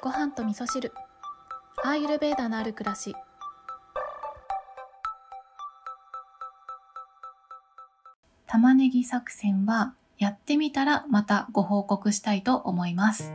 ご飯と味噌汁、アーユルヴェーダのある暮らし。玉ねぎ作戦はやってみたらまたご報告したいと思います。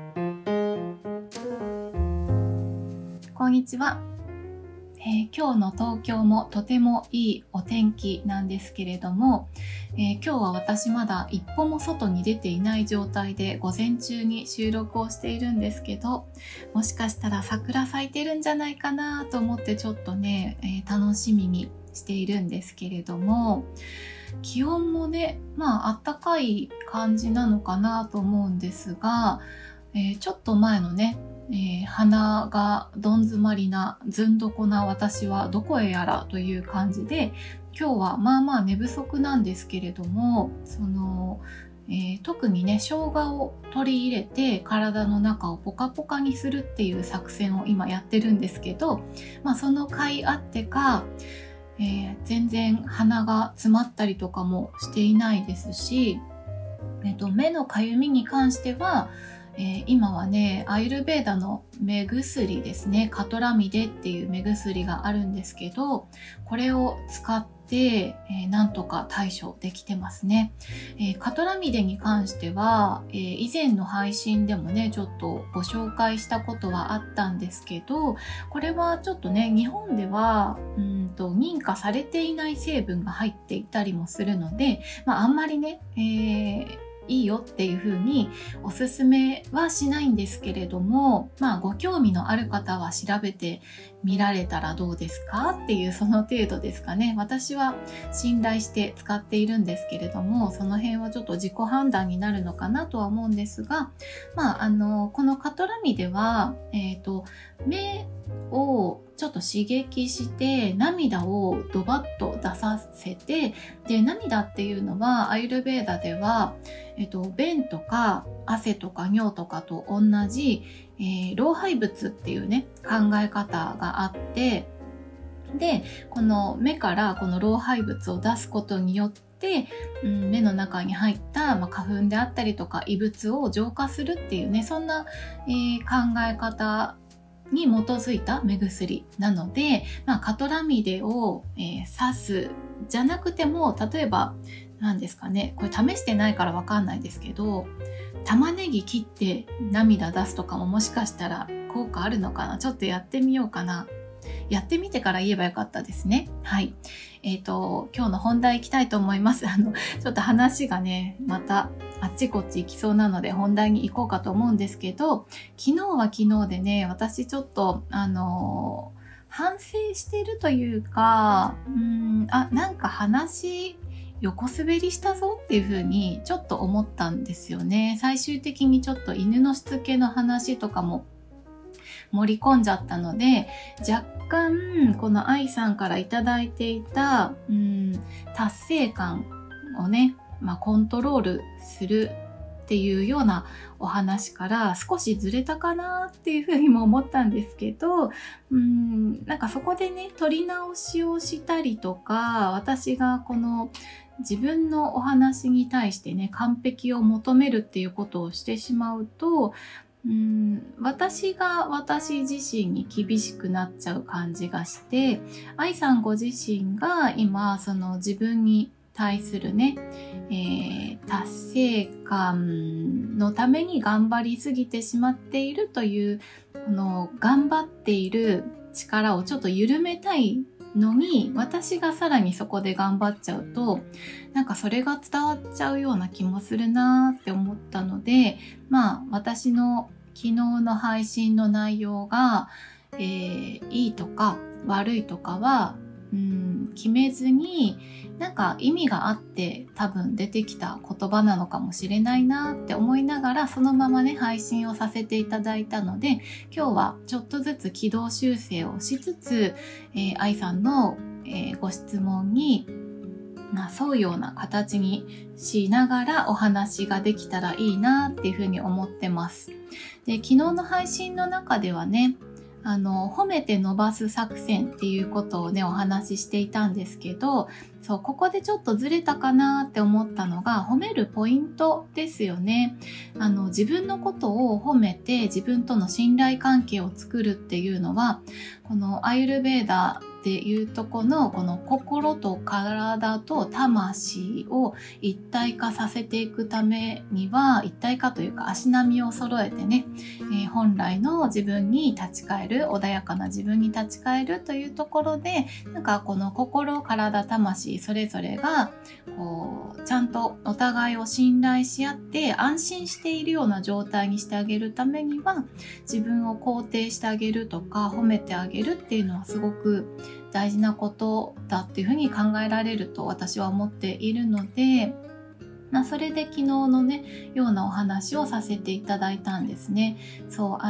こんにちは。今日の東京もとてもいいお天気なんですけれども、今日は私まだ一歩も外に出ていない状態で午前中に収録をしているんですけど、もしかしたら桜咲いてるんじゃないかなと思ってちょっとね、楽しみにしているんですけれども、気温もね、暖かい感じなのかなと思うんですが、ちょっと前のね、鼻がどん詰まりなずんどこな私はどこへやらという感じで、今日は寝不足なんですけれども、特にね、生姜を取り入れて体の中をポカポカにするっていう作戦を今やってるんですけど、その甲斐あってか、全然鼻が詰まったりとかもしていないですし、目のかゆみに関しては、今はね、アーユルヴェーダの目薬ですね、カトラミデっていう目薬があるんですけど、これを使って、なんとか対処できてますね。カトラミデに関しては、以前の配信でもね、ちょっとご紹介したことはあったんですけど、これはちょっとね、日本では認可されていない成分が入っていたりもするので、あんまりね、いいよっていう風におすすめはしないんですけれども、ご興味のある方は調べてみられたらどうですかっていう、その程度ですかね。私は信頼して使っているんですけれども、その辺はちょっと自己判断になるのかなとは思うんですが、このカトラミでは、目をちょっと刺激して涙をドバッと出させて、で、涙っていうのはアーユルヴェーダでは、便とか汗とか尿とかと同じ、老廃物っていうね、考え方があって、で、この目からこの老廃物を出すことによって、目の中に入った、花粉であったりとか異物を浄化するっていうね、そんな、考え方に基づいた目薬なので、カトラミデを、刺すじゃなくても、例えば何ですかね、これ試してないからわかんないですけど、玉ねぎ切って涙出すとかももしかしたら効果あるのかな。ちょっとやってみようかな。やってみてから言えばよかったですね。はい。今日の本題行きたいと思います。ちょっと話がね、またあっちこっち行きそうなので本題に行こうかと思うんですけど、昨日は昨日でね、私ちょっと、反省してるというか、なんか話、横滑りしたぞっていう風にちょっと思ったんですよね。最終的にちょっと犬のしつけの話とかも盛り込んじゃったので、若干この愛さんからいただいていた、達成感をね、コントロールするっていうようなお話から少しずれたかなっていうふうにも思ったんですけど、なんかそこでね、取り直しをしたりとか、私がこの自分のお話に対してね、完璧を求めるっていうことをしてしまうと、私が私自身に厳しくなっちゃう感じがして、愛さんご自身が今その自分に対するね、達成感のために頑張りすぎてしまっているという、この頑張っている力をちょっと緩めたいのに、私がさらにそこで頑張っちゃうと、なんかそれが伝わっちゃうような気もするなって思ったので、私の昨日の配信の内容が、いいとか悪いとかは決めずに、なんか意味があって多分出てきた言葉なのかもしれないなって思いながら、そのままね配信をさせていただいたので、今日はちょっとずつ軌道修正をしつつ、愛さんの、ご質問に沿うような形にしながらお話ができたらいいなっていうふうに思ってます。で、昨日の配信の中ではね、 褒めて伸ばす作戦っていうことをね、お話ししていたんですけど、そう、ここでちょっとずれたかなって思ったのが、褒めるポイントですよね。自分のことを褒めて自分との信頼関係を作るっていうのは、このアイルベーダっていうとこのこの心と体と魂を一体化させていくためには、一体化というか足並みを揃えてね、本来の自分に立ち返る、穏やかな自分に立ち返るというところで、なんかこの心、体、魂それぞれがこうちゃんとお互いを信頼し合って安心しているような状態にしてあげるためには、自分を肯定してあげるとか褒めてあげるっていうのはすごく大事なことだっていうふうに考えられると私は思っているので、それで昨日のねようなお話をさせていただいたんですね。そう、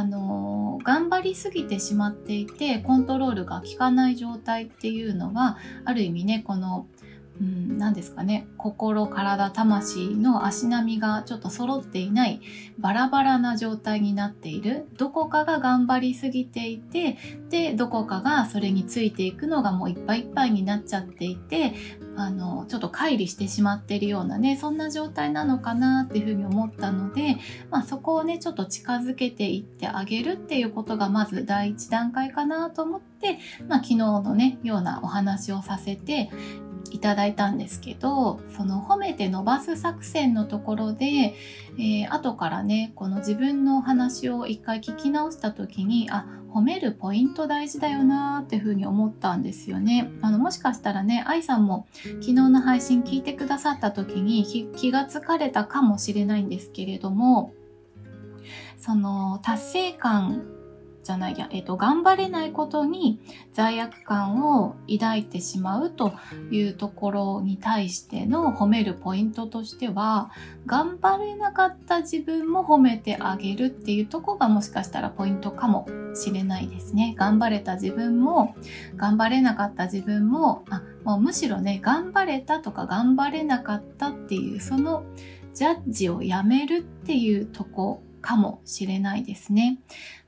頑張りすぎてしまっていてコントロールが効かない状態っていうのは、ある意味ね、この何ですかね、心、体、魂の足並みがちょっと揃っていない、バラバラな状態になっている。どこかが頑張りすぎていて、でどこかがそれについていくのがもういっぱいいっぱいになっちゃっていて、ちょっと乖離してしまっているようなね、そんな状態なのかなっていうふうに思ったので、そこをねちょっと近づけていってあげるっていうことがまず第一段階かなと思って、昨日のねようなお話をさせていただいたんですけど、その褒めて伸ばす作戦のところで、後からねこの自分の話を一回聞き直した時に、褒めるポイント大事だよなっていうふうに思ったんですよね。もしかしたらね、愛さんも昨日の配信聞いてくださった時に気がつかれたかもしれないんですけれども、その達成感じゃないや、頑張れないことに罪悪感を抱いてしまうというところに対しての褒めるポイントとしては、頑張れなかった自分も褒めてあげるっていうところがもしかしたらポイントかもしれないですね。頑張れた自分も頑張れなかった自分も、もうむしろね、頑張れたとか頑張れなかったっていうそのジャッジをやめるっていうとこかもしれないですね。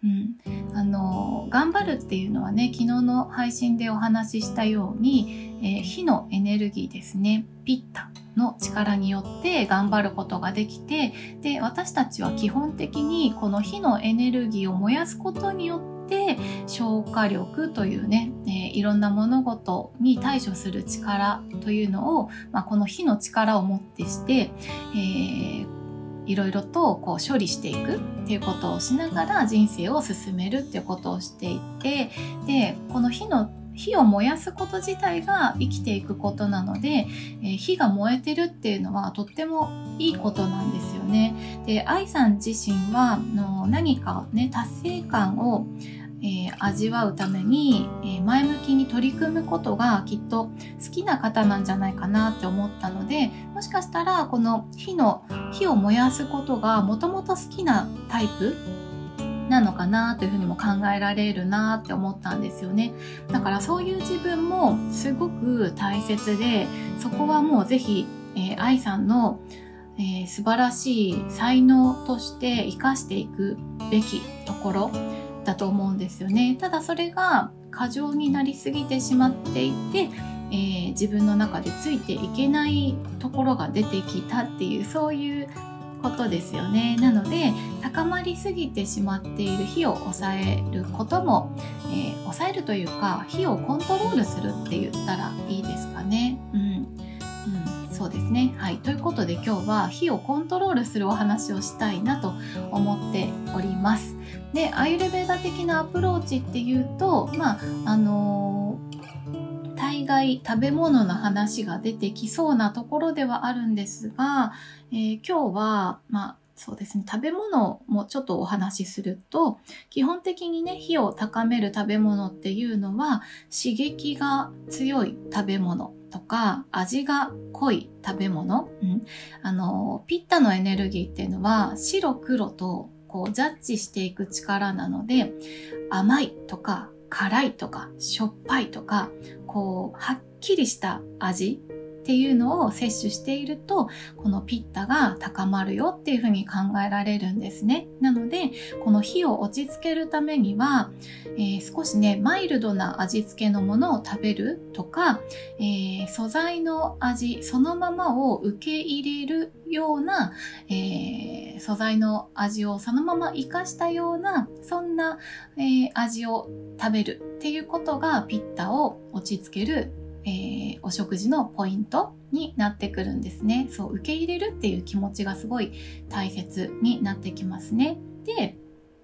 頑張るっていうのはね、昨日の配信でお話ししたように、火のエネルギーですね、ピッタの力によって頑張ることができて、で私たちは基本的にこの火のエネルギーを燃やすことによって消化力というね、いろんな物事に対処する力というのを、この火の力をもってして、いろいろとこう処理していくっていうことをしながら人生を進めるっていうことをしていて、でこの火を燃やすこと自体が生きていくことなので、火が燃えてるっていうのはとってもいいことなんですよね。で、愛さん自身は何かね達成感を味わうために、前向きに取り組むことがきっと好きな方なんじゃないかなって思ったので、もしかしたらこの火を燃やすことがもともと好きなタイプなのかなというふうにも考えられるなって思ったんですよね。だからそういう自分もすごく大切で、そこはもうぜひ、愛さんの素晴らしい才能として生かしていくべきところだと思うんですよね。ただそれが過剰になりすぎてしまっていて、自分の中でついていけないところが出てきたっていう、そういうことですよね。なので高まりすぎてしまっている火を抑えることも、抑えるというか火をコントロールするって言ったらいいですかね。そうですね。はい。ということで今日は火をコントロールするお話をしたいなと思っております。で、アイルベーダ的なアプローチっていうと、大概食べ物の話が出てきそうなところではあるんですが、今日はそうですね、食べ物もちょっとお話しすると、基本的にね、火を高める食べ物っていうのは刺激が強い食べ物とか味が濃い食べ物、ピッタのエネルギーっていうのは白黒とこうジャッジしていく力なので、甘いとか辛いとかしょっぱいとか、こうはっきりした味っていうのを摂取していると、このピッタが高まるよっていうふうに考えられるんですね。なので、この火を落ち着けるためには、少しね、マイルドな味付けのものを食べるとか、素材の味そのままを受け入れるような、素材の味をそのまま活かしたような、そんな、味を食べるっていうことがピッタを落ち着ける、お食事のポイントになってくるんですね。そう、受け入れるっていう気持ちがすごい大切になってきますね。で、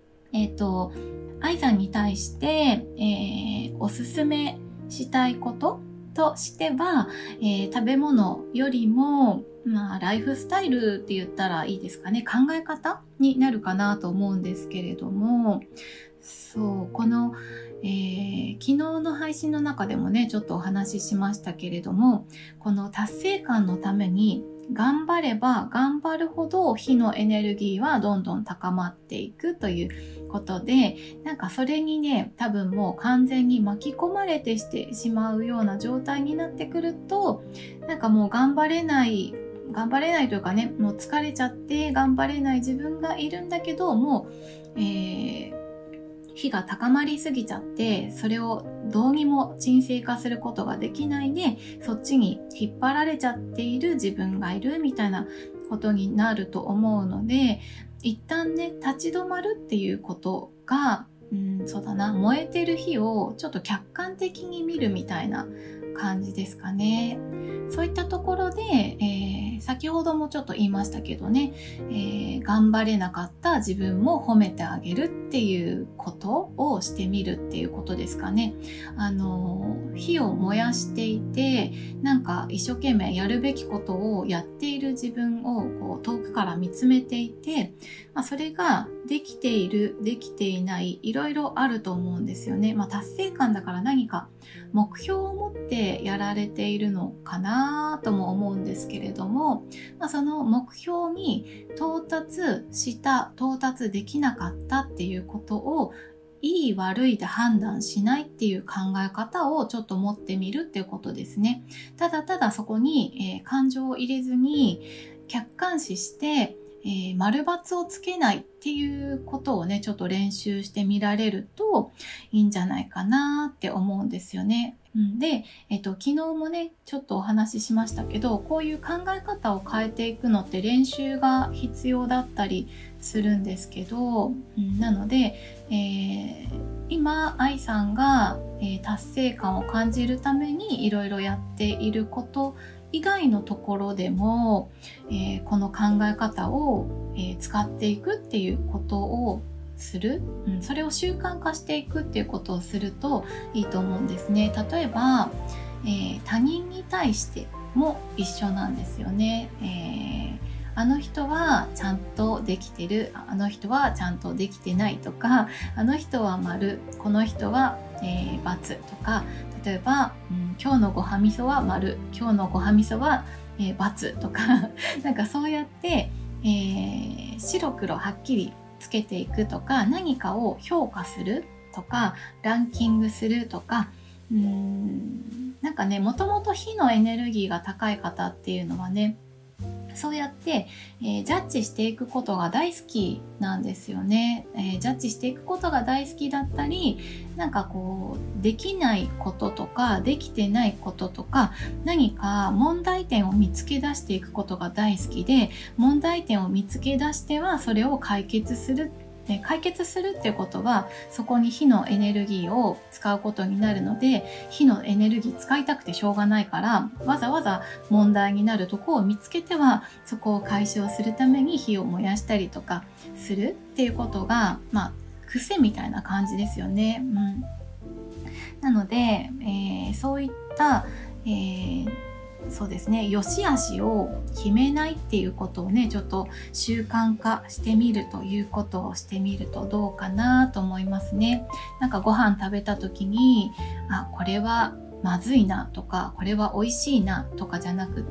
愛さんに対して、おすすめしたいこととしては、食べ物よりも、ライフスタイルって言ったらいいですかね、考え方になるかなと思うんですけれども、そう、この、昨日の配信の中でもね、ちょっとお話ししましたけれども、この達成感のために頑張れば頑張るほど火のエネルギーはどんどん高まっていくということで、なんかそれにね、多分もう完全に巻き込まれてしてしまうような状態になってくると、なんかもう頑張れないというかね、もう疲れちゃって頑張れない自分がいるんだけど、もう、火が高まりすぎちゃって、それをどうにも沈静化することができないで、そっちに引っ張られちゃっている自分がいるみたいなことになると思うので、一旦ね、立ち止まるっていうことが、そうだな、燃えてる火をちょっと客観的に見るみたいな感じですかね。そういったところで、先ほどもちょっと言いましたけどね、頑張れなかった自分も褒めてあげるっていうことをしてみるっていうことですかね。火を燃やしていて、なんか一生懸命やるべきことをやっている自分をこう遠くから見つめていて、それができている、できていない、いろいろあると思うんですよね。達成感だから何か目標を持ってやられているのかなとも思うんですけれども、その目標に到達できなかったっていうことをいい悪いで判断しないっていう考え方をちょっと持ってみるっていうことですね。ただただそこに、感情を入れずに客観視して、丸×をつけないっていうことをね、ちょっと練習してみられるといいんじゃないかなって思うんですよね。で、昨日もね、ちょっとお話ししましたけど、こういう考え方を変えていくのって練習が必要だったりするんですけど、なので、今、愛さんが、達成感を感じるためにいろいろやっていること以外のところでも、この考え方を、使っていくっていうことをする、それを習慣化していくっていうことをするといいと思うんですね。例えば、他人に対しても一緒なんですよね。あの人はちゃんとできてる、あの人はちゃんとできてないとか、あの人は丸、この人は、×とか、例えば、今日のごはみそは丸、今日のごはみそは、×とかなんかそうやって、白黒はっきりつけていくとか、何かを評価するとか、ランキングするとか、なんかね、もともと火のエネルギーが高い方っていうのはね、そうやって、ジャッジしていくことが大好きなんですよね。ジャッジしていくことが大好きだったり、なんかこうできないこととかできてないこととか、何か問題点を見つけ出していくことが大好きで、問題点を見つけ出してはそれを解決するっていうことは、そこに火のエネルギーを使うことになるので、火のエネルギー使いたくてしょうがないから、わざわざ問題になるところを見つけては、そこを解消するために火を燃やしたりとかするっていうことが、癖みたいな感じですよね。なので、そういった、そうですね、良し悪しを決めないっていうことをね、ちょっと習慣化してみるということをしてみるとどうかなと思いますね。なんかご飯食べた時に、これはまずいなとか、これは美味しいなとかじゃなくって、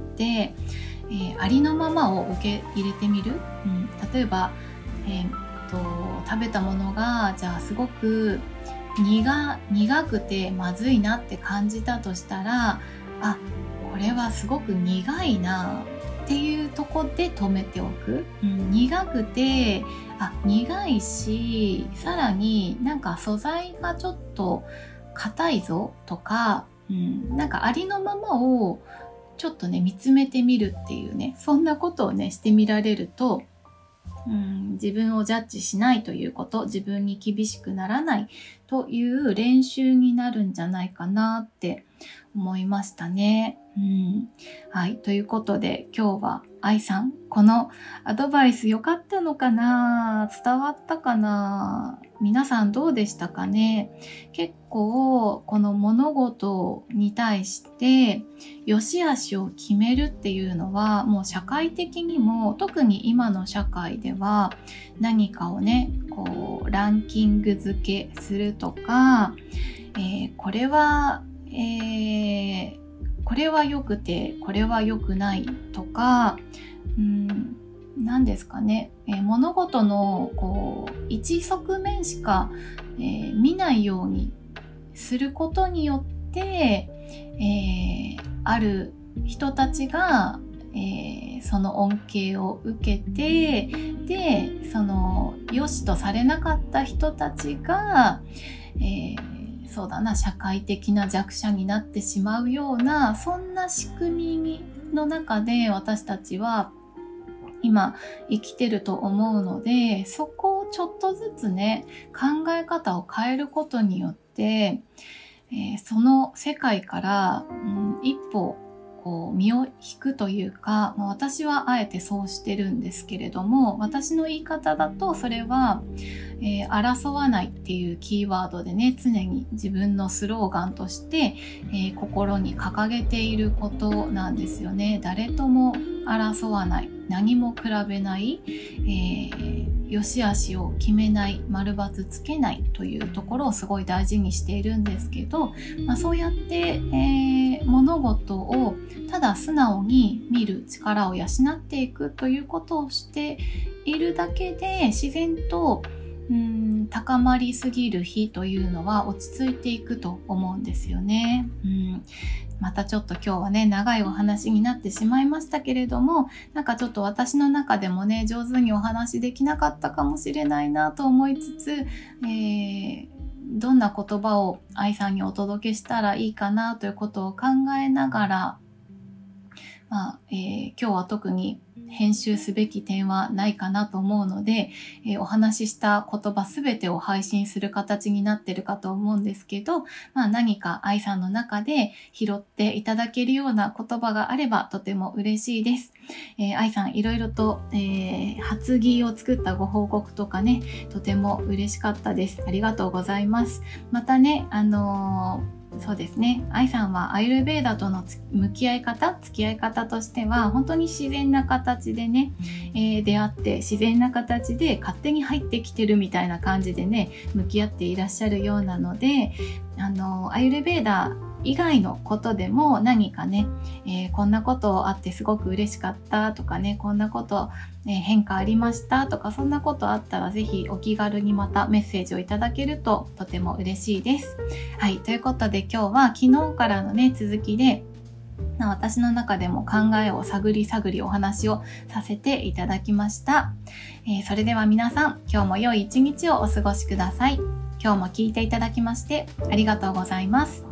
ありのままを受け入れてみる。例えば、食べたものがじゃあすごく苦くてまずいなって感じたとしたら、ここれはすごく苦いなっていうとこで止めておく、苦くて苦いし、さらになんか素材がちょっと硬いぞとか、なんかありのままをちょっとね見つめてみるっていうね、そんなことをねしてみられると、自分をジャッジしないということ、自分に厳しくならないという練習になるんじゃないかなって思いましたね。はい、ということで今日は愛さん、このアドバイス良かったのかな？伝わったかな？皆さんどうでしたかね？結構この物事に対して良し悪しを決めるっていうのは、もう社会的にも特に今の社会では何かをねこうランキング付けするとか、これは良くてこれは良くないとか、何ですかね、物事のこう一側面しか、見ないようにすることによって、ある人たちが、その恩恵を受けて、でその良しとされなかった人たちが、そうだな、社会的な弱者になってしまうような、そんな仕組みの中で私たちは今生きてると思うので、そこをちょっとずつね考え方を変えることによって、その世界から、一歩こう身を引くというか、私はあえてそうしてるんですけれども、私の言い方だとそれは、争わないっていうキーワードでね、常に自分のスローガンとして、心に掲げていることなんですよね。誰とも争わない、何も比べない、良し悪しを決めない、丸×つけないというところをすごい大事にしているんですけど、そうやって、物事をただ素直に見る力を養っていくということをしているだけで、自然と高まりすぎる日というのは落ち着いていくと思うんですよね。またちょっと今日はね長いお話になってしまいましたけれども、なんかちょっと私の中でもね上手にお話できなかったかもしれないなと思いつつ、どんな言葉を愛さんにお届けしたらいいかなということを考えながら、今日は特に編集すべき点はないかなと思うので、お話しした言葉すべてを配信する形になってるかと思うんですけど、何か愛さんの中で拾っていただけるような言葉があればとても嬉しいです。愛さんいろいろと、初着を作ったご報告とかね、とても嬉しかったです。ありがとうございます。またね、そうですね、愛さんはアイルベーダとの付き合い方としては本当に自然な形でね、出会って自然な形で勝手に入ってきてるみたいな感じでね向き合っていらっしゃるようなので、アイルベーダ以外のことでも何かね、こんなことあってすごく嬉しかったとかね、こんなこと、変化ありましたとか、そんなことあったらぜひお気軽にまたメッセージをいただけるととても嬉しいです。はい、ということで今日は昨日からのね続きで、私の中でも考えを探りお話をさせていただきました。それでは皆さん、今日も良い一日をお過ごしください。今日も聞いていただきましてありがとうございます。